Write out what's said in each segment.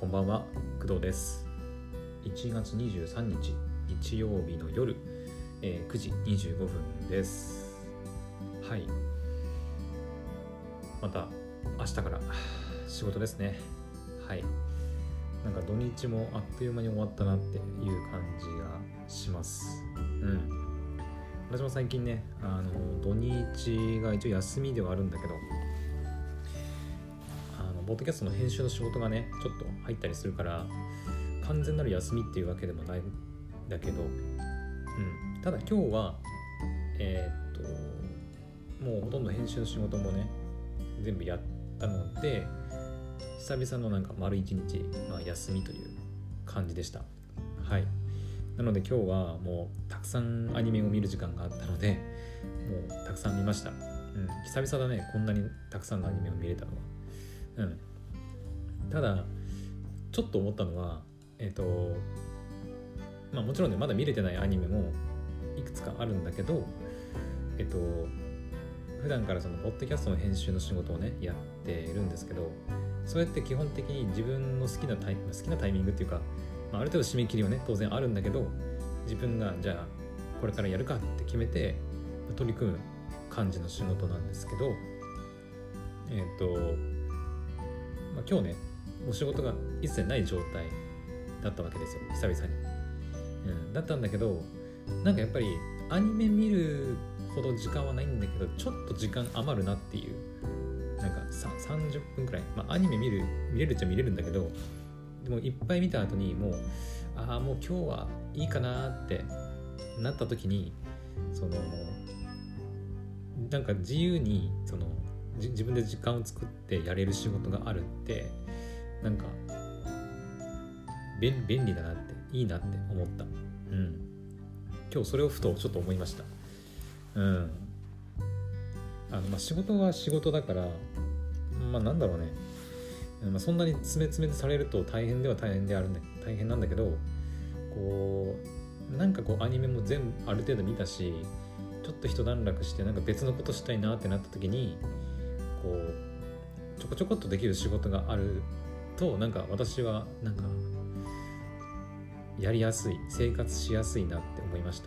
んばんは、工藤です。1月23日日曜日の夜、9時25分です。はい、また明日から仕事ですね。はい、なんか土日もあっという間に終わったなっていう感じがします。私も最近ね、土日が一応休みではあるんだけど、ポッドキャストの編集の仕事がねちょっと入ったりするから完全なる休みっていうわけでもないんだけど、ただ今日はもうほとんど編集の仕事もね全部やったので久々のなんか丸一日、休みという感じでした。はい、なので今日はもうたくさんアニメを見る時間があったのでもうたくさん見ました。久々だね、こんなにたくさんのアニメを見れたのは。ただちょっと思ったのはもちろんねまだ見れてないアニメもいくつかあるんだけど普段からそのポッドキャストの編集の仕事をねやっているんですけど、そうやって基本的に自分の好きなタイミングっていうか、ある程度締め切りはね当然あるんだけど、自分がじゃあこれからやるかって決めて取り組む感じの仕事なんですけど、今日ねお仕事が一切ない状態だったわけですよ、久々に。だったんだけど、なんかやっぱりアニメ見るほど時間はないんだけどちょっと時間余るなっていう、なんか30分くらい、アニメ見れるっちゃ見れるんだけど、でもいっぱい見た後にもうもう今日はいいかなってなった時に、なんか自由に自分で時間を作ってやれる仕事があるってなんか便利だなって、いいなって思った。今日それをふとちょっと思いました。仕事は仕事だからなんだろうね、そんなに詰めされると大変なんだけど、なんかアニメも全部ある程度見たし、ちょっと一段落してなんか別のことしたいなってなった時にちょこっとできる仕事があると、なんか私はなんかやりやすい、生活しやすいなって思いました。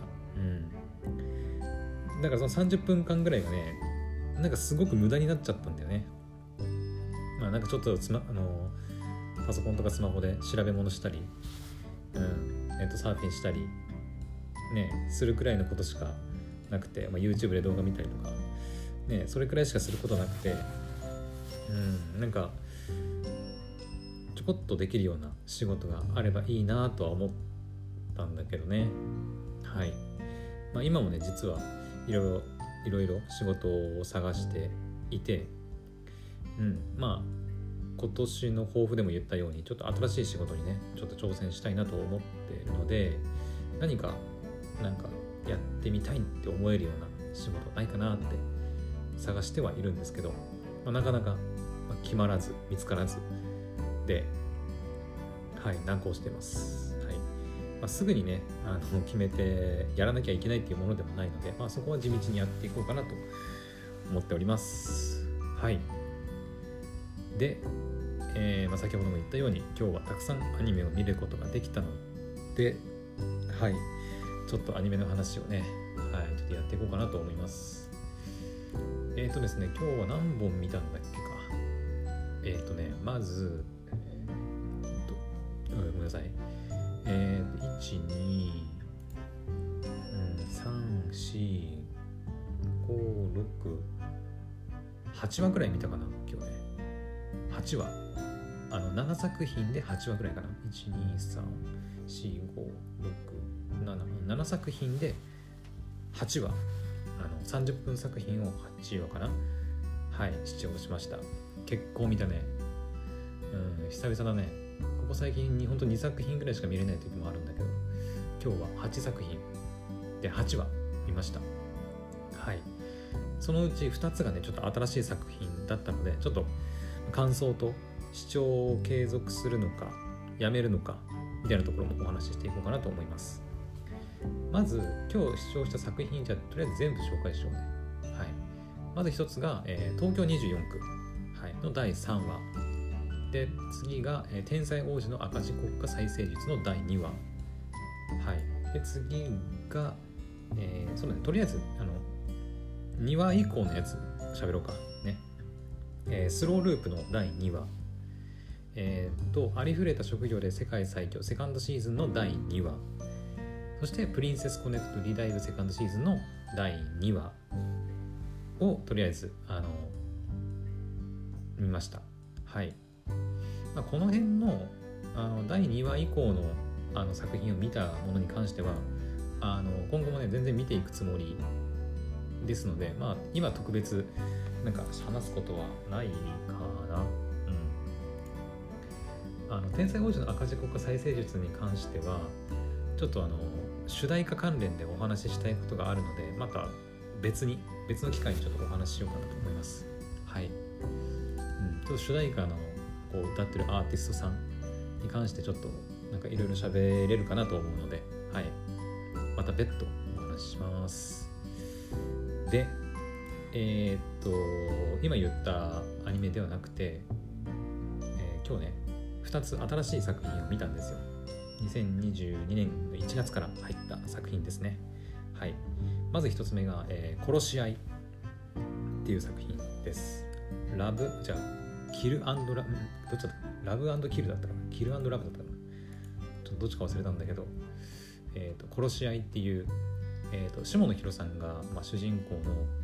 だからその30分間ぐらいがねなんかすごく無駄になっちゃったんだよね。なんかちょっとパソコンとかスマホで調べ物したり、サーフィンしたりねするくらいのことしかなくて、YouTube で動画見たりとかね、それくらいしかすることなくて、なんかちょこっとできるような仕事があればいいなとは思ったんだけどね。はい、今もね実はいろいろ仕事を探していて、今年の抱負でも言ったようにちょっと新しい仕事にねちょっと挑戦したいなと思っているので、何かなんかやってみたいって思えるような仕事ないかなって探してはいるんですけど、なかなか決まらず見つからずで、難航しています。すぐにね決めてやらなきゃいけないっていうものでもないので、そこは地道にやっていこうかなと思っております。で、先ほども言ったように今日はたくさんアニメを見ることができたので、ちょっとアニメの話をね、ちょっとやっていこうかなと思います。ですね、今日は何本見たんだっけか。まずごめんなさい。1、2、3、4、5、6、8話くらい見たかな今日ね。8話。7作品で8話くらいかな。1、2、3、4、5、6、7作品で8話。30分作品を8話かな。視聴しました。結構見たね。久々だね。ここ最近ほんと2作品ぐらいしか見れない時もあるんだけど、今日は8作品で8話見ました。そのうち2つがねちょっと新しい作品だったので、ちょっと感想と視聴を継続するのかやめるのかみたいなところもお話ししていこうかなと思います。まず今日視聴した作品、じゃあとりあえず全部紹介しようね。まず一つが、東京24区、の第3話で次が、天才王子の赤字国家再生術の第2話。はい。で次が、そうだね、とりあえず2話以降のやつ喋ろうかね。スローループの第2話。ありふれた職業で世界最強セカンドシーズンの第2話。そしてプリンセスコネクトリダイブセカンドシーズンの第2話をとりあえず見ました。はい。この辺の第2話以降の作品を見たものに関しては今後もね全然見ていくつもりですので、今特別なんか話すことはないかな。天才王子の赤字国家再生術に関してはちょっと主題歌関連でお話ししたいことがあるので、また別の機会にちょっとお話ししようかなと思います。はい。ちょっと主題歌のこう歌ってるアーティストさんに関してちょっとなんかいろいろ喋れるかなと思うので、はい。また別途お話しします。で、今言ったアニメではなくて、今日ね2つ新しい作品を見たんですよ。2022年の1月から入った作品ですね。はい。まず1つ目が、殺し合いっていう作品です。キル&ラブ、どっちだった？ラブ&キルだったかな？キル&ラブだったかな？ちょっとどっちか忘れたんだけど、殺し合いっていう、下野紘さんが、主人公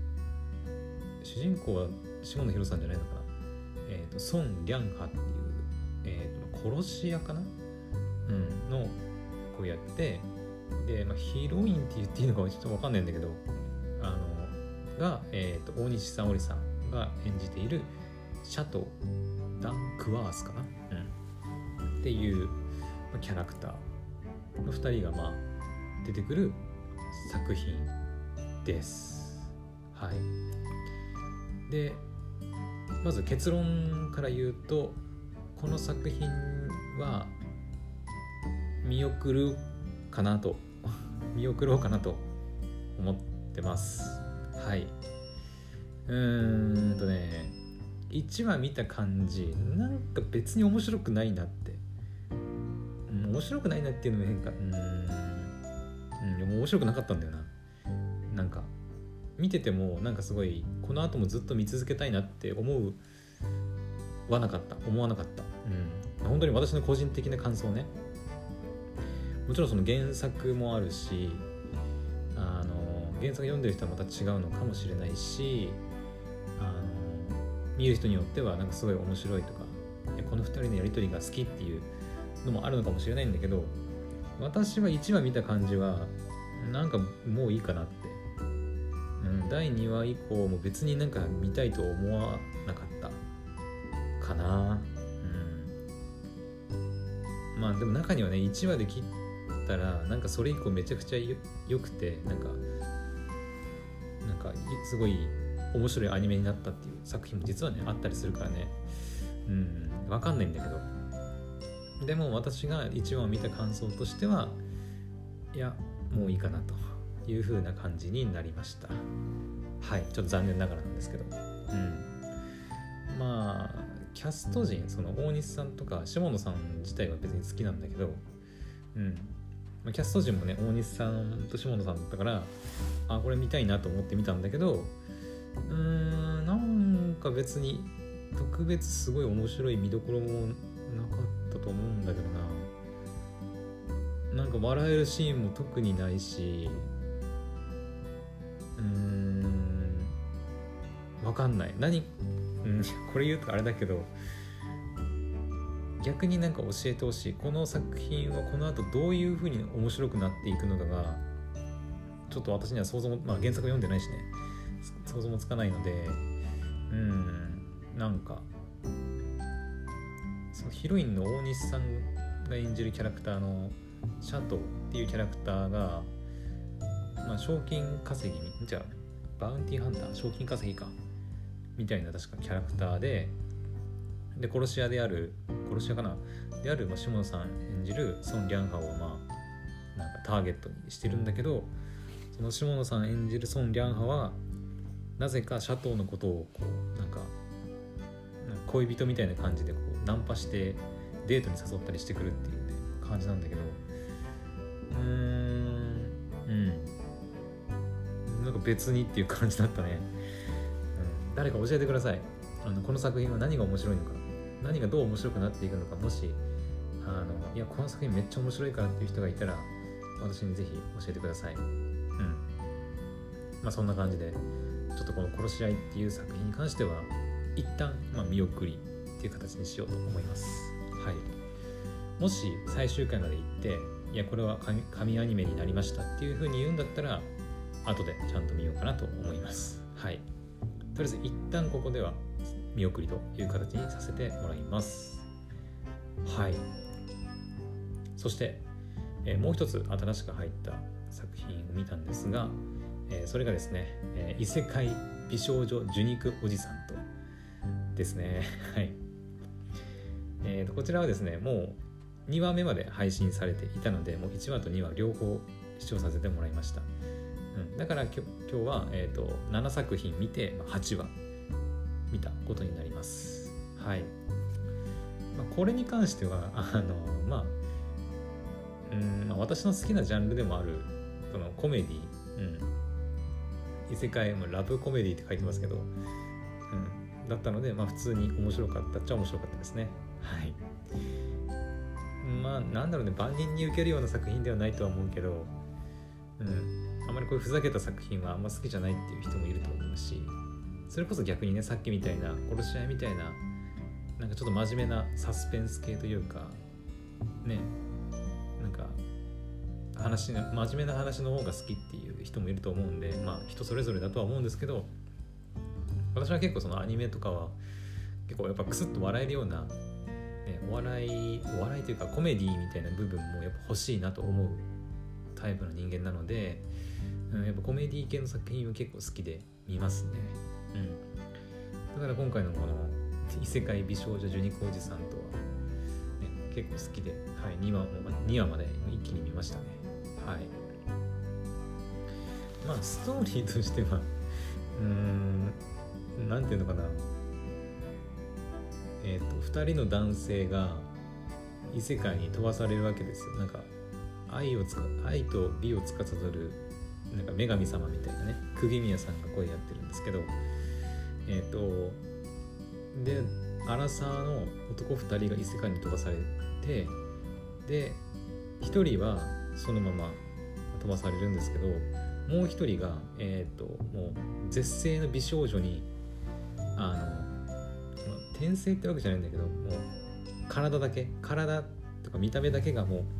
は下野紘さんじゃないのかな、ソン・リャンハっていう、殺し屋かな、のこうやって、で、ヒロインって言っていいのかちょっと分かんないんだけど、が、大西沙織さんが演じているシャトー・ダン・クワースかな、っていうキャラクターの2人が出てくる作品です。はい。で、まず結論から言うと、この作品は見送ろうかなと思ってます。はい。1話見た感じ、なんか別に面白くないなって。面白くないなっていうのも変か。面白くなかったんだよな。なんか見ててもなんかすごいこの後もずっと見続けたいなって思わなかった。本当に私の個人的な感想ね。もちろんその原作もあるし、原作読んでる人はまた違うのかもしれないし、見る人によってはなんかすごい面白いとか、この2人のやり取りが好きっていうのもあるのかもしれないんだけど、私は1話見た感じはなんかもういいかなって、第2話以降も別になんか見たいと思わなかったかな。でも中にはね1話で切ったらなんかそれ以降めちゃくちゃ良くて、なんかすごい面白いアニメになったっていう作品も実はねあったりするからね、わかんないんだけど、でも私が1話を見た感想としては、いやもういいかなという風な感じになりました。はい。ちょっと残念ながらなんですけど、キャスト陣、その大西さんとか下野さん自体は別に好きなんだけど、キャスト陣もね大西さんと下野さんだったから、これ見たいなと思って見たんだけど、なんか別に特別すごい面白い見どころもなかったと思うんだけどな。なんか笑えるシーンも特にないし、わかんない。これ言うとあれだけど、逆になんか教えてほしい。この作品はこの後どういう風に面白くなっていくのかがちょっと私には想像も、原作読んでないしね、想像もつかないので、なんかそのヒロインの大西さんが演じるキャラクターのシャトーっていうキャラクターが、賞金稼ぎバウンティーハンター、賞金稼ぎかみたいな確かキャラクターで殺し屋である下野さん演じるソン・リャンハをなんかターゲットにしてるんだけど、その下野さん演じるソン・リャンハはなぜかシャトーのことをこうなんか恋人みたいな感じでこうナンパしてデートに誘ったりしてくるっていう、ね、感じなんだけど、なんか別にっていう感じだったね。誰か教えてください。この作品は何が面白いのか、何がどう面白くなっていくのか、もしいやこの作品めっちゃ面白いからっていう人がいたら私にぜひ教えてください。そんな感じでちょっとこの殺し合いっていう作品に関しては一旦見送りっていう形にしようと思います。はい。もし最終回まで行っていやこれは神アニメになりましたっていう風に言うんだったら後でちゃんと見ようかなと思います。はい。とりあえず一旦ここでは見送りという形にさせてもらいます。はい。そして、もう一つ新しく入った作品を見たんですが、それがですね、異世界美少女受肉おじさんとですね。はい。こちらはですねもう2話目まで配信されていたのでもう1話と2話両方視聴させてもらいました。だから今日は、7作品見て8話見たことになります。はい。これに関しては私の好きなジャンルでもあるそのコメディ、異世界ラブコメディって書いてますけど、だったので普通に面白かったっちゃ面白かったですね。はい。なんだろうね、万人に受けるような作品ではないとは思うけど、あまりこういうふざけた作品はあんま好きじゃないっていう人もいると思うし、それこそ逆にねさっきみたいな殺し合いみたいななんかちょっと真面目なサスペンス系というかね、なんか真面目な話の方が好きっていう人もいると思うんで、人それぞれだとは思うんですけど、私は結構そのアニメとかは結構やっぱクスッと笑えるような、お笑いというかコメディみたいな部分もやっぱ欲しいなと思うタイプの人間なので、やっぱコメディ系の作品は結構好きで見ますね。だから今回のこの異世界美少女受肉おじさんとは、結構好きで、はい、2話まで一気に見ましたね。はい。ストーリーとしてはなんていうのかな、2人の男性が異世界に飛ばされるわけですよ。なんか愛と美を司るなんか女神様みたいなね、釘宮さんが声やってるんですけど、でアラサーの男2人が異世界に飛ばされて、で1人はそのまま飛ばされるんですけど、もう1人がもう絶世の美少女に転生ってわけじゃないんだけど、もう体とか見た目だけがもう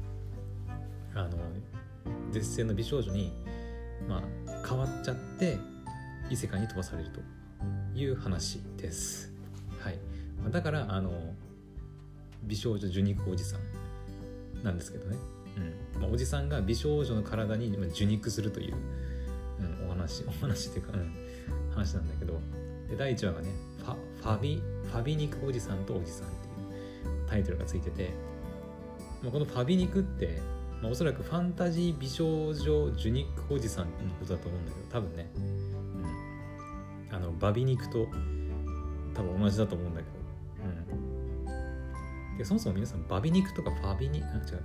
絶世の美少女に変わっちゃって異世界に飛ばされるという話です。はい。だから美少女受肉おじさんなんですけどね、おじさんが美少女の体に受肉するという、お話っていうか、話なんだけど、で第1話がねファビ肉おじさんとおじさんっていうタイトルがついてて、このファビ肉っておそらくファンタジー美少女受肉おじさんのことだと思うんだけど、多分ね、バビ肉と多分同じだと思うんだけど、でそもそも皆さんバビ肉とかファビ肉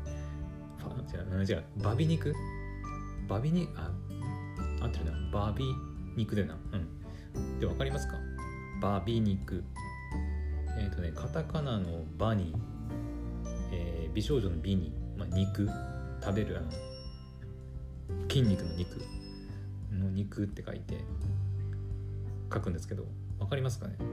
バビ肉合ってるな、バビ肉でな、で分かりますか？バビ肉、カタカナのバに、美少女の美に、肉、食べる筋肉の肉の肉って書いて書くんですけど、分かりますかね？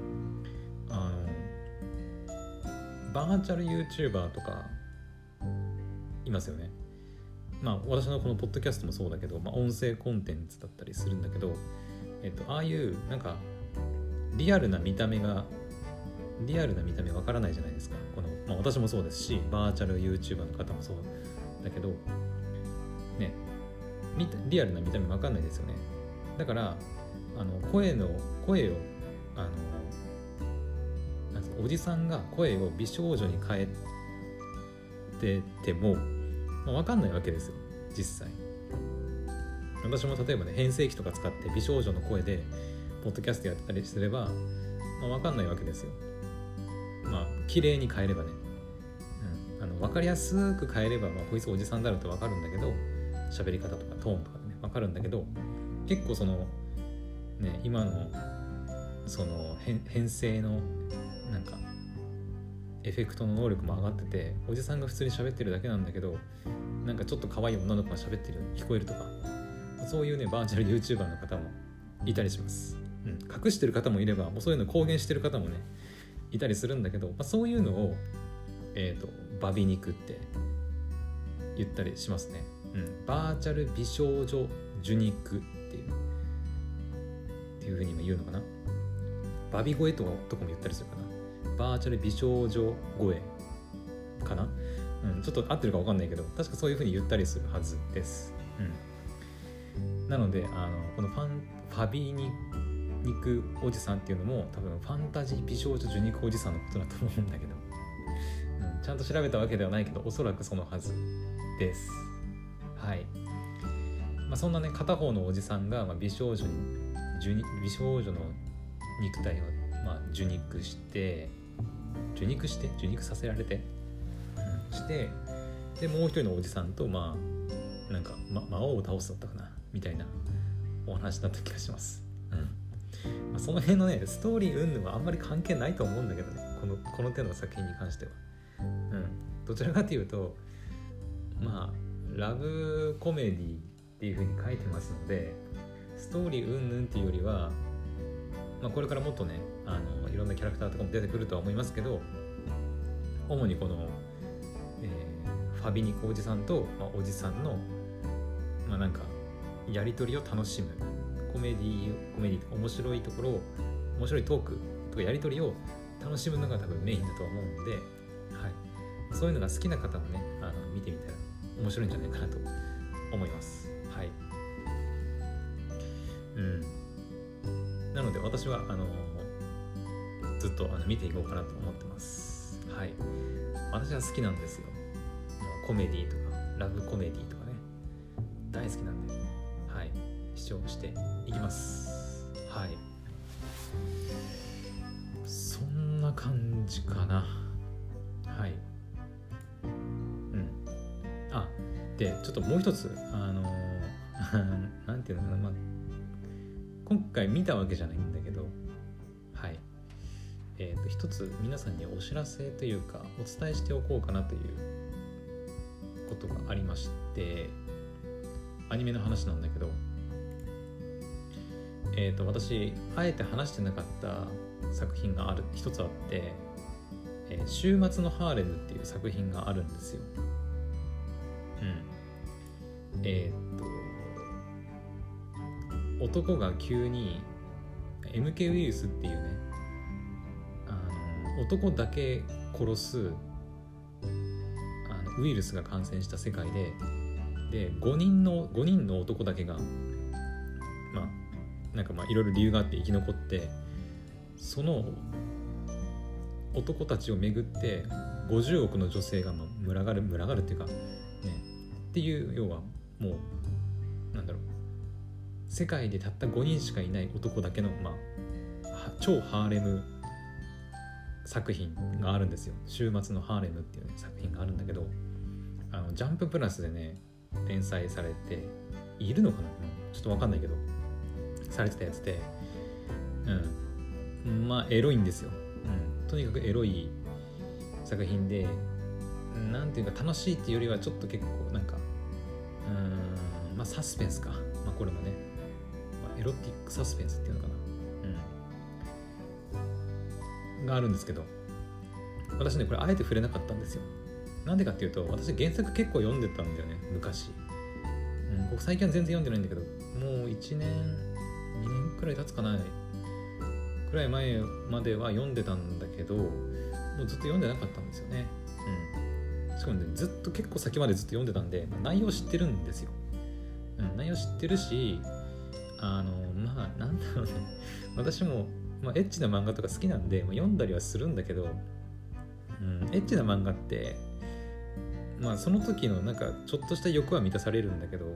バーチャル YouTuber とかいますよね。私のこのポッドキャストもそうだけど、音声コンテンツだったりするんだけど、ああいうなんかリアルな見た目わからないじゃないですか。私もそうですし、バーチャル YouTuber の方もそうだけどね、リアルな見た目わかんないですよね。だから声をおじさんが声を美少女に変えてても、わかんないわけですよ実際。私も例えばね変声機とか使って美少女の声でポッドキャストやったりすれば、わかんないわけですよ。 綺麗に変えればね、分かりやすく変えれば、こいつおじさんだろうと分かるんだけど、喋り方とかトーンとかでね分かるんだけど、結構そのね今のその編成のなんかエフェクトの能力も上がってて、おじさんが普通に喋ってるだけなんだけど、なんかちょっと可愛い女の子が喋ってるように聞こえるとか、そういうねバーチャル YouTuber の方もいたりします、隠してる方もいれば、もうそういうの公言してる方もねいたりするんだけど、そういうのをバビ肉って言ったりしますね、バーチャル美少女受肉っていう風にも言うのかな。バビ声とかも言ったりするかな。バーチャル美少女声かな、ちょっと合ってるか分かんないけど、確かそういう風に言ったりするはずです、なのでこのファビ肉おじさんっていうのも多分ファンタジー美少女受肉おじさんのことだと思うんだけど、ちゃんと調べたわけではないけど、おそらくそのはずです。はい。そんなね片方のおじさんが美少女の肉体を受肉させられて、してでもう一人のおじさんとなんか、魔王を倒すだったかなみたいなお話だった気がします。その辺のねストーリー云々はあんまり関係ないと思うんだけどね、この手の作品に関しては、どちらかというとラブコメディっていう風に書いてますので、ストーリー云々っていうよりは、これからもっとねいろんなキャラクターとかも出てくるとは思いますけど、主にこの、ファビニコおじさんと、おじさんのなんかやり取りを楽しむコメディ面白いところを、面白いトークとかやり取りを楽しむのが多分メインだとは思うので、そういうのが好きな方もね見てみたら面白いんじゃないかなと思います。なので私はずっと見ていこうかなと思ってます。私は好きなんですよ。もうコメディとかラブコメディとかね大好きなんで、視聴していきます。そんな感じかな。でちょっともう一つなんていうのかな、今回見たわけじゃないんだけど、一つ皆さんにお知らせというかお伝えしておこうかなということがありまして、アニメの話なんだけど、私あえて話してなかった作品が一つあって、週末のハーレムっていう作品があるんですよ。男が急に MK ウイルスっていうね男だけ殺すウイルスが感染した世界で5人の男だけがなんかいろいろ理由があって生き残って、その男たちをめぐって50億の女性が群がるっていうかねっていう、要はもう世界でたった5人しかいない男だけの超ハーレム作品があるんですよ。週末のハーレムっていう、作品があるんだけど、ジャンププラスでね連載されているのかな、ちょっと分かんないけどされてたやつで、エロいんですよ。とにかくエロい作品で、なんていうか楽しいっていうよりはちょっと結構なんかサスペンスか、これもね、エロティックサスペンスっていうのかな、があるんですけど、私ねこれあえて触れなかったんですよ。なんでかっていうと、私原作結構読んでたんだよね昔、僕最近は全然読んでないんだけど、もう1年2年くらい経つかなくらい前までは読んでたんだけど、もうずっと読んでなかったんですよね。しかもねずっと結構先までずっと読んでたんで、内容知ってるんですよ。内容知ってるし、なんだろうね、私も、エッチな漫画とか好きなんで、読んだりはするんだけど、エッチな漫画ってその時のなんかちょっとした欲は満たされるんだけど、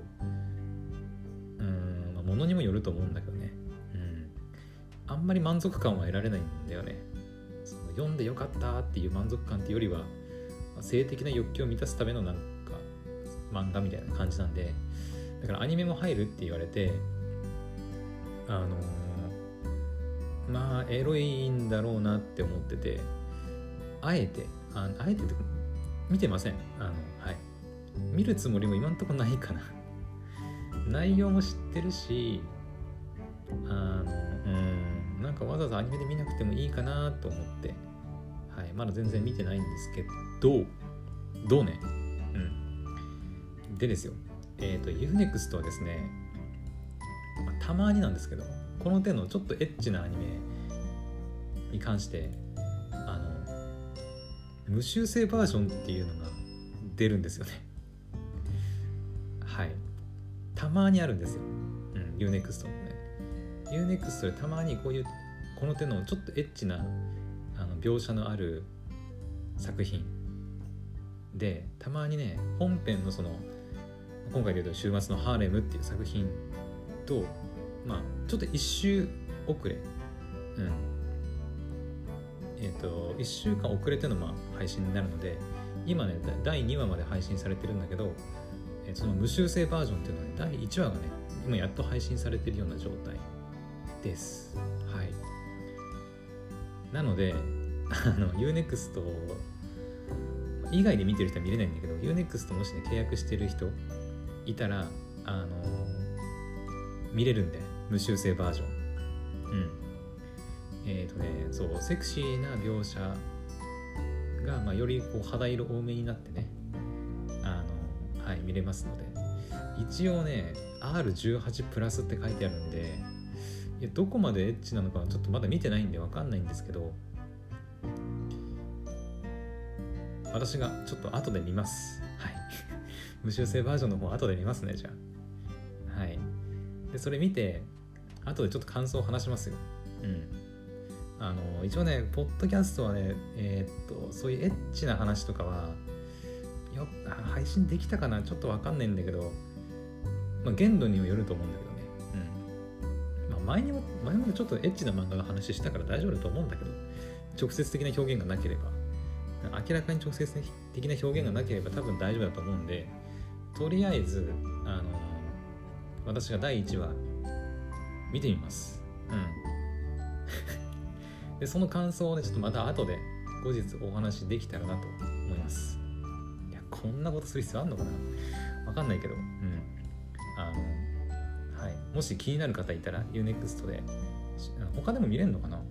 ものにもよると思うんだけどね、あんまり満足感は得られないんだよね。その読んでよかったっていう満足感っていうよりは性的な欲求を満たすためのなんか漫画みたいな感じなんで、だからアニメも入るって言われてまあエロいんだろうなって思ってて、あえてって見てません。はい、見るつもりも今んとこないかな内容も知ってるしなんかわざわざアニメで見なくてもいいかなと思って、はい、まだ全然見てないんですけどね、でですよ、Unext はですね、たまになんですけど、この手のちょっとエッチなアニメに関して無修正バージョンっていうのが出るんですよね。はい、たまにあるんですよ、Unext のね。Unext でたまにこの手のちょっとエッチな描写のある作品で、たまにね本編の今回で言うと週末のハーレムっていう作品とちょっと一周遅れ1週間遅れての配信になるので、今ね第2話まで配信されてるんだけど、その無修正バージョンっていうのはね、第1話がね今やっと配信されてるような状態です。はい。なのでUnext 以外で見てる人は見れないんだけど、 Unext もしね契約してる人いたら見れるんで、無修正バージョン。そうセクシーな描写が、より肌色多めになってねはい見れますので、一応ね R18 プラスって書いてあるんで、いやどこまでエッチなのかはちょっとまだ見てないんで分かんないんですけど、私がちょっと後で見ます。はい無修正バージョンの方後で見ますね。じゃあはい。でそれ見て後でちょっと感想を話しますよ。一応ねポッドキャストはねそういうエッチな話とかは配信できたかな、ちょっと分かんないんだけど、限度にもよると思うんだけどね。前もちょっとエッチな漫画の話したから大丈夫だと思うんだけど、直接的な表現がなければ、明らかに直接的な表現がなければ多分大丈夫だと思うんで、とりあえず私が第1話見てみます。でその感想をねちょっとまた後で後日お話できたらなと思います。いやこんなことする必要あんのかな、わかんないけど、はい、もし気になる方いたら Unext で他でも見れるのかな、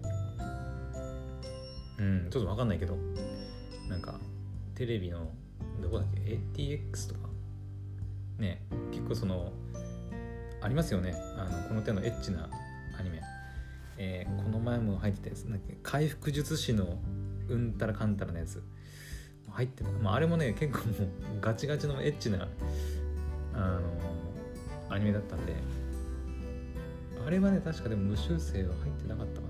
ちょっとわかんないけど、なんかテレビのどこだっけ ATX とかね、結構ありますよね、この手のエッチなアニメ。この前も入ってたやつなんか回復術師のうんたらかんたらのやつ入ってた、あれもね結構もうガチガチのエッチなアニメだったんで、あれはね確かでも無修正は入ってなかったか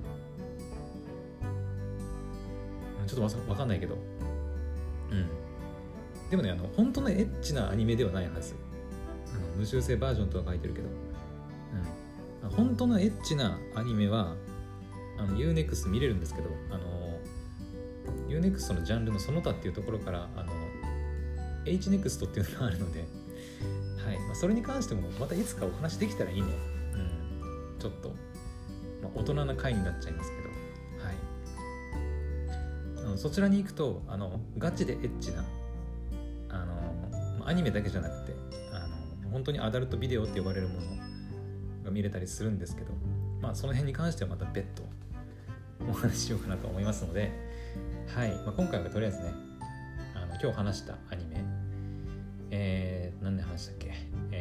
な、ちょっとわかんないけど、でもね本当のエッチなアニメではないはず。無修正バージョンとは書いてるけど、本当のエッチなアニメはUnext 見れるんですけど、Unext のジャンルのその他っていうところからHnext っていうのがあるので、はい、それに関してもまたいつかお話できたらいいね。ちょっと、大人な回になっちゃいますけど、はい、そちらに行くとガチでエッチなアニメだけじゃなくて本当にアダルトビデオって呼ばれるものが見れたりするんですけど、その辺に関してはまた別途お話ししようかなと思いますので、はい、今回はとりあえずね今日話したアニメ何年話したっけ、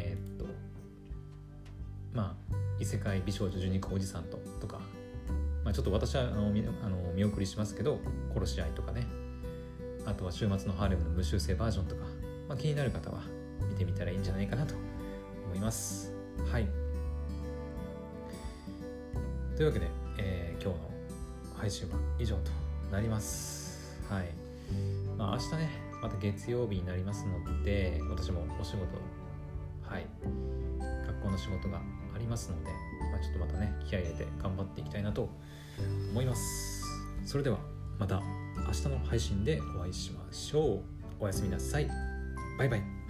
異世界美少女12個おじさんとか、ちょっと私は見送りしますけど、殺し合いとかね、あとは週末のハーレムの無修正バージョンとか、気になる方は見てみたらいいんじゃないかなと思います。はい。というわけで、今日の配信は以上となります。はい。明日ね、また月曜日になりますので、私もお仕事、はい、学校の仕事がありますので、ちょっとまたね、気合い入れて頑張っていきたいなと思います。それでは、また。 また明日の配信でお会いしましょう。おやすみなさい。バイバイ。